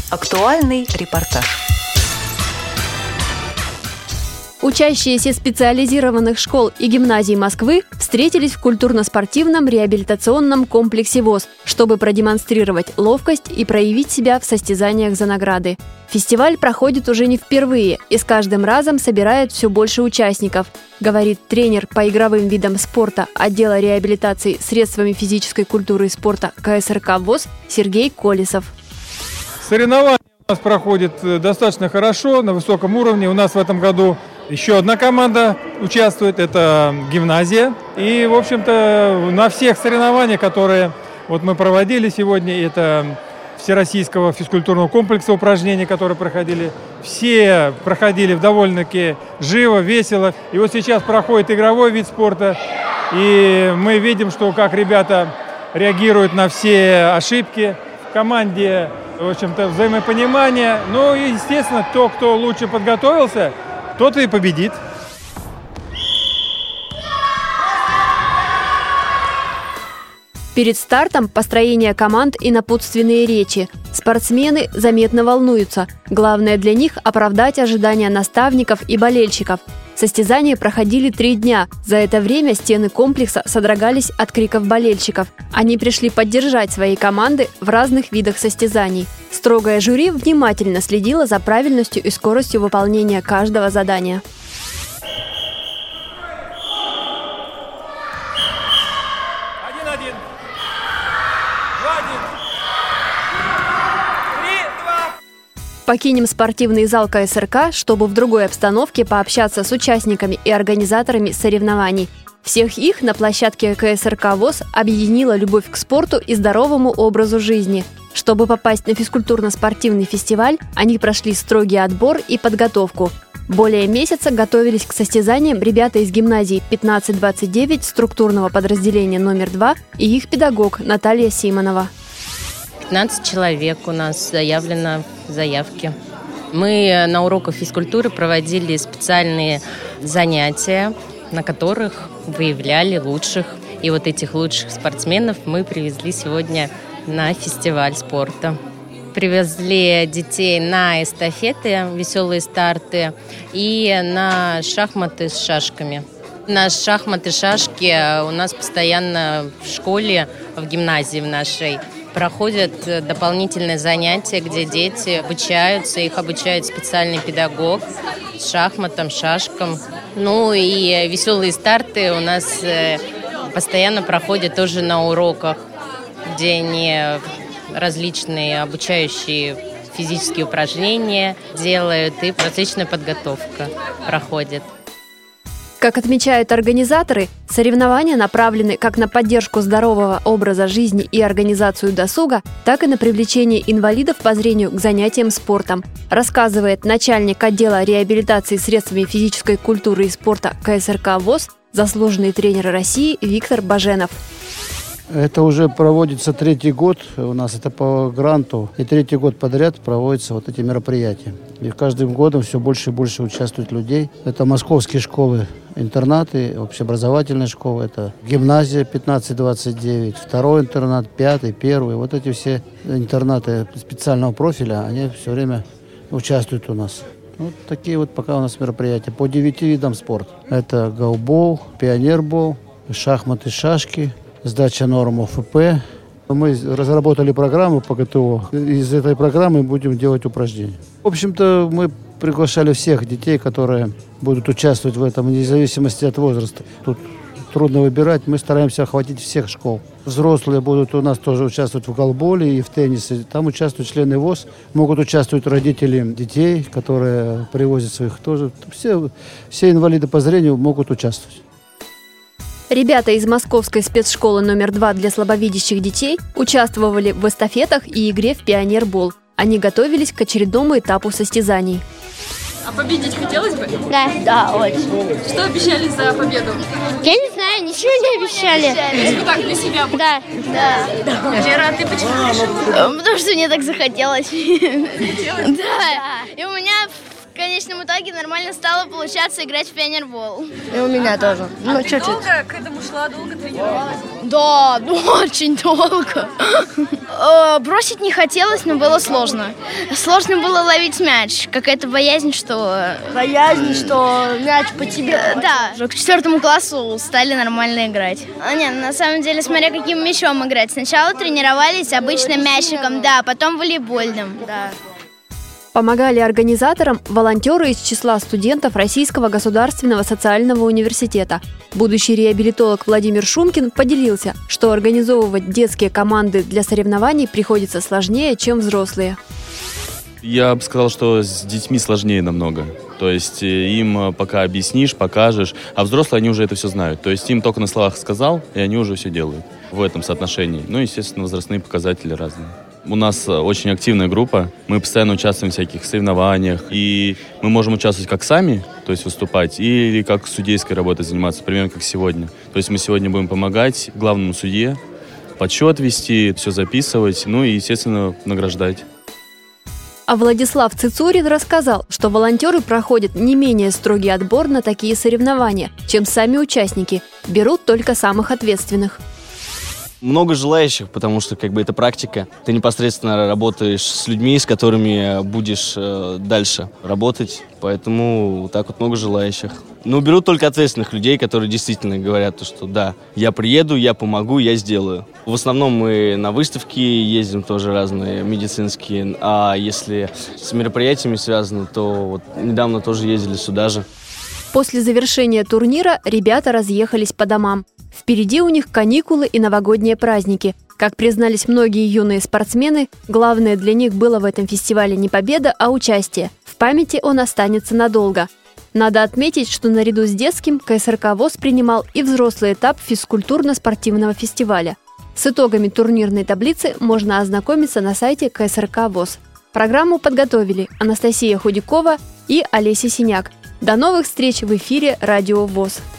Актуальный репортаж. Учащиеся специализированных школ и гимназий Москвы встретились в культурно-спортивном реабилитационном комплексе ВОС, чтобы продемонстрировать ловкость и проявить себя в состязаниях за награды. Фестиваль проходит уже не впервые и с каждым разом собирает все больше участников, говорит тренер по игровым видам спорта отдела реабилитации средствами физической культуры и спорта КСРК ВОС Сергей Колесов. Соревнования у нас проходят достаточно хорошо, на высоком уровне. У нас в этом году еще одна команда участвует, это гимназия. И, в общем-то, на всех соревнованиях, которые мы проводили сегодня, это Всероссийского физкультурного комплекса упражнений, которые проходили, все проходили довольно-таки живо, весело. И вот сейчас проходит игровой вид спорта, и мы видим, как ребята реагируют на все ошибки. В команде, в общем-то, взаимопонимание. Ну и, естественно, кто лучше подготовился, тот и победит. Перед стартом построение команд и напутственные речи. Спортсмены заметно волнуются. Главное для них – оправдать ожидания наставников и болельщиков. Состязания проходили 3 дня. За это время стены комплекса содрогались от криков болельщиков. Они пришли поддержать свои команды в разных видах состязаний. Строгое жюри внимательно следило за правильностью и скоростью выполнения каждого задания. Покинем спортивный зал КСРК, чтобы в другой обстановке пообщаться с участниками и организаторами соревнований. Всех их на площадке КСРК ВОС объединила любовь к спорту и здоровому образу жизни. Чтобы попасть на физкультурно-спортивный фестиваль, они прошли строгий отбор и подготовку. Более месяца готовились к состязаниям ребята из гимназии 1529 структурного подразделения номер 2 и их педагог Наталья Симонова. 15 человек у нас заявлено в заявке. Мы на уроках физкультуры проводили специальные занятия, на которых выявляли лучших. И вот этих лучших спортсменов мы привезли сегодня на фестиваль спорта. Привезли детей на эстафеты, веселые старты и на шахматы с шашками. На шахматы, шашки у нас постоянно в школе, в гимназии в нашей, проходят дополнительные занятия, где дети обучаются, их обучает специальный педагог шахматам, шашкам. Ну и веселые старты у нас постоянно проходят тоже на уроках, где они различные обучающие физические упражнения делают, и различная подготовка проходит. Как отмечают организаторы, соревнования направлены как на поддержку здорового образа жизни и организацию досуга, так и на привлечение инвалидов по зрению к занятиям спортом, рассказывает начальник отдела реабилитации средствами физической культуры и спорта КСРК ВОС, заслуженный тренер России Виктор Баженов. Это уже проводится 3-й год, у нас это по гранту, и 3-й год подряд проводятся эти мероприятия. И каждым годом все больше и больше участвует людей. Это московские школы-интернаты, общеобразовательные школы, это гимназия 1529, 2-й интернат, 5-й, 1-й. Вот эти все интернаты специального профиля, они все время участвуют у нас. Вот такие вот пока у нас мероприятия по 9 видам спорта. Это гоубол, пионербол, шахматы, шашки, сдача норм ОФП. Мы разработали программу по ГТО. Из этой программы будем делать упражнения. В общем-то, мы приглашали всех детей, которые будут участвовать в этом, вне зависимости от возраста. Тут трудно выбирать. Мы стараемся охватить всех школ. Взрослые будут у нас тоже участвовать в голболе и в теннисе. Там участвуют члены ВОС. Могут участвовать родители детей, которые привозят своих тоже. Все инвалиды по зрению могут участвовать. Ребята из Московской спецшколы номер 2 для слабовидящих детей участвовали в эстафетах и игре в пионербол. Они готовились к очередному этапу состязаний. А победить хотелось бы? Да, очень. Что обещали за победу? Я не знаю, ничего не обещали. Ну так, для себя? Да. Лера, а ты почему решила? Потому что мне так захотелось. Да. И у меня в конечном итоге нормально стало получаться играть в пионербол. И у меня тоже. Ну, чуть-чуть. Долго к этому шла, долго тренировалась? Да, очень долго. Бросить не хотелось, но было сложно. Сложно было ловить мяч. Какая-то боязнь, что... Боязнь, что мяч по тебе. Да, уже к 4 классу стали нормально играть. Нет, на самом деле, смотря каким мячом играть. Сначала тренировались обычным мячиком, да, потом волейбольным. Да. Помогали организаторам волонтеры из числа студентов Российского государственного социального университета. Будущий реабилитолог Владимир Шумкин поделился, что организовывать детские команды для соревнований приходится сложнее, чем взрослые. Я бы сказал, что с детьми сложнее намного. То есть им пока объяснишь, покажешь, а взрослые, они уже это все знают. То есть им только на словах сказал, и они уже все делают в этом соотношении. Ну, естественно, возрастные показатели разные. У нас очень активная группа, мы постоянно участвуем в всяких соревнованиях, и мы можем участвовать как сами, то есть выступать, или как судейской работой заниматься, примерно как сегодня. То есть мы сегодня будем помогать главному судье, подсчет вести, все записывать, ну и, естественно, награждать. А Владислав Цицурин рассказал, что волонтеры проходят не менее строгий отбор на такие соревнования, чем сами участники, берут только самых ответственных. Много желающих, потому что это практика. Ты непосредственно работаешь с людьми, с которыми будешь дальше работать. Поэтому вот так вот много желающих. Но берут только ответственных людей, которые действительно говорят, что да, я приеду, я помогу, я сделаю. В основном мы на выставки ездим тоже разные медицинские. А если с мероприятиями связано, то вот недавно тоже ездили сюда же. После завершения турнира ребята разъехались по домам. Впереди у них каникулы и новогодние праздники. Как признались многие юные спортсмены, главное для них было в этом фестивале не победа, а участие. В памяти он останется надолго. Надо отметить, что наряду с детским КСРК ВОС принимал и взрослый этап физкультурно-спортивного фестиваля. С итогами турнирной таблицы можно ознакомиться на сайте КСРК ВОС. Программу подготовили Анастасия Худякова и Олеся Синяк. До новых встреч в эфире Радио ВОС.